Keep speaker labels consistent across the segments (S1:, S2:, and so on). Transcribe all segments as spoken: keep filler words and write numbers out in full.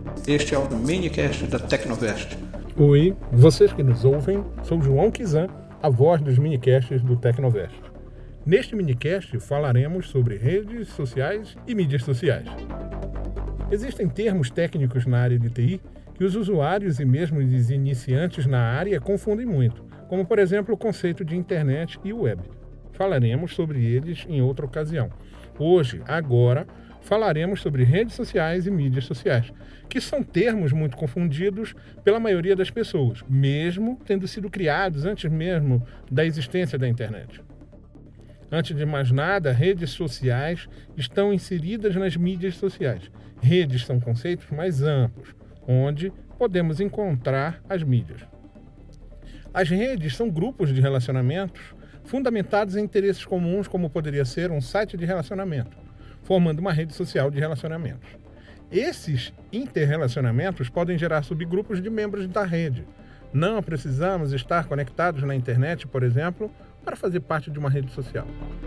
S1: Este é o minicast da Tecnovest.
S2: Oi, vocês que nos ouvem, sou João Kizan, a voz dos minicasts do Tecnovest. Neste minicast falaremos sobre redes sociais e mídias sociais. Existem termos técnicos na área de T I que os usuários e mesmo os iniciantes na área confundem muito, como por exemplo o conceito de internet e web. Falaremos sobre eles em outra ocasião. Hoje, agora, falaremos sobre redes sociais e mídias sociais, que são termos muito confundidos pela maioria das pessoas, mesmo tendo sido criados antes mesmo da existência da internet. Antes de mais nada, redes sociais estão inseridas nas mídias sociais. Redes são conceitos mais amplos, onde podemos encontrar as mídias. As redes são grupos de relacionamentos fundamentados em interesses comuns, como poderia ser um site de relacionamento, formando uma rede social de relacionamentos. Esses interrelacionamentos podem gerar subgrupos de membros da rede. Não precisamos estar conectados na internet, por exemplo, para fazer parte de uma rede social.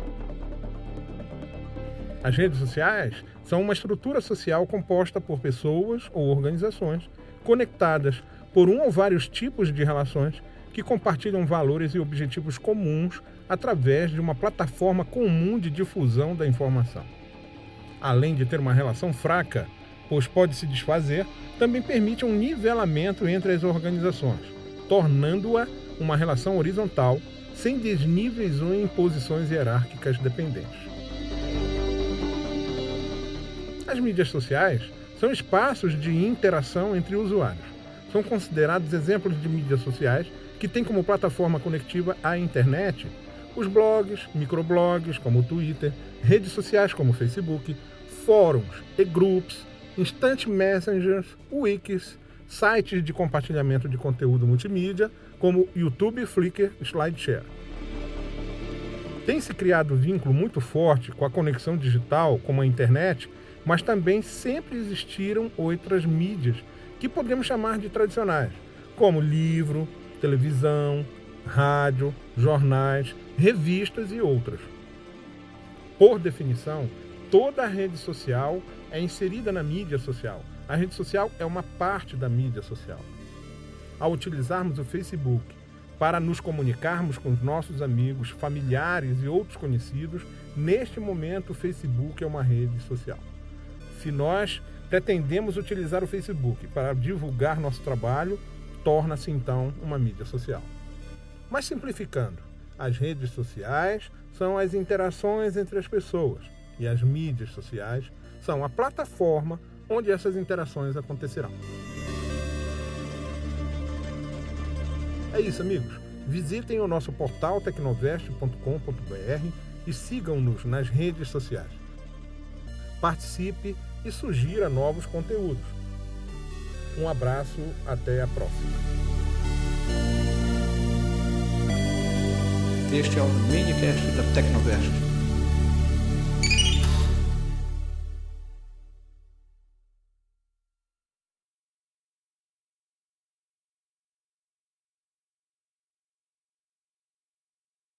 S2: As redes sociais são uma estrutura social composta por pessoas ou organizações conectadas por um ou vários tipos de relações que compartilham valores e objetivos comuns através de uma plataforma comum de difusão da informação. Além de ter uma relação fraca, pois pode se desfazer, também permite um nivelamento entre as organizações, tornando-a uma relação horizontal, sem desníveis ou imposições hierárquicas dependentes. As mídias sociais são espaços de interação entre usuários. São considerados exemplos de mídias sociais que têm como plataforma conectiva a internet os blogs, microblogs como o Twitter, redes sociais como o Facebook, fóruns, e-groups, instant messengers, wikis, sites de compartilhamento de conteúdo multimídia como YouTube, Flickr, SlideShare. Tem-se criado vínculo muito forte com a conexão digital, como a internet, mas também sempre existiram outras mídias que podemos chamar de tradicionais, como livro, televisão, rádio, jornais, revistas e outras. Por definição, toda rede social é inserida na mídia social. A rede social é uma parte da mídia social. Ao utilizarmos o Facebook para nos comunicarmos com os nossos amigos, familiares e outros conhecidos, neste momento o Facebook é uma rede social. Se nós pretendemos utilizar o Facebook para divulgar nosso trabalho, torna-se então uma mídia social. Mas simplificando, as redes sociais são as interações entre as pessoas e as mídias sociais são a plataforma onde essas interações acontecerão. É isso, amigos. Visitem o nosso portal tecnovest ponto com ponto b r e sigam-nos nas redes sociais. Participe e sugira novos conteúdos. Um abraço, até a próxima.
S1: Este é o minicast da Tecnovest.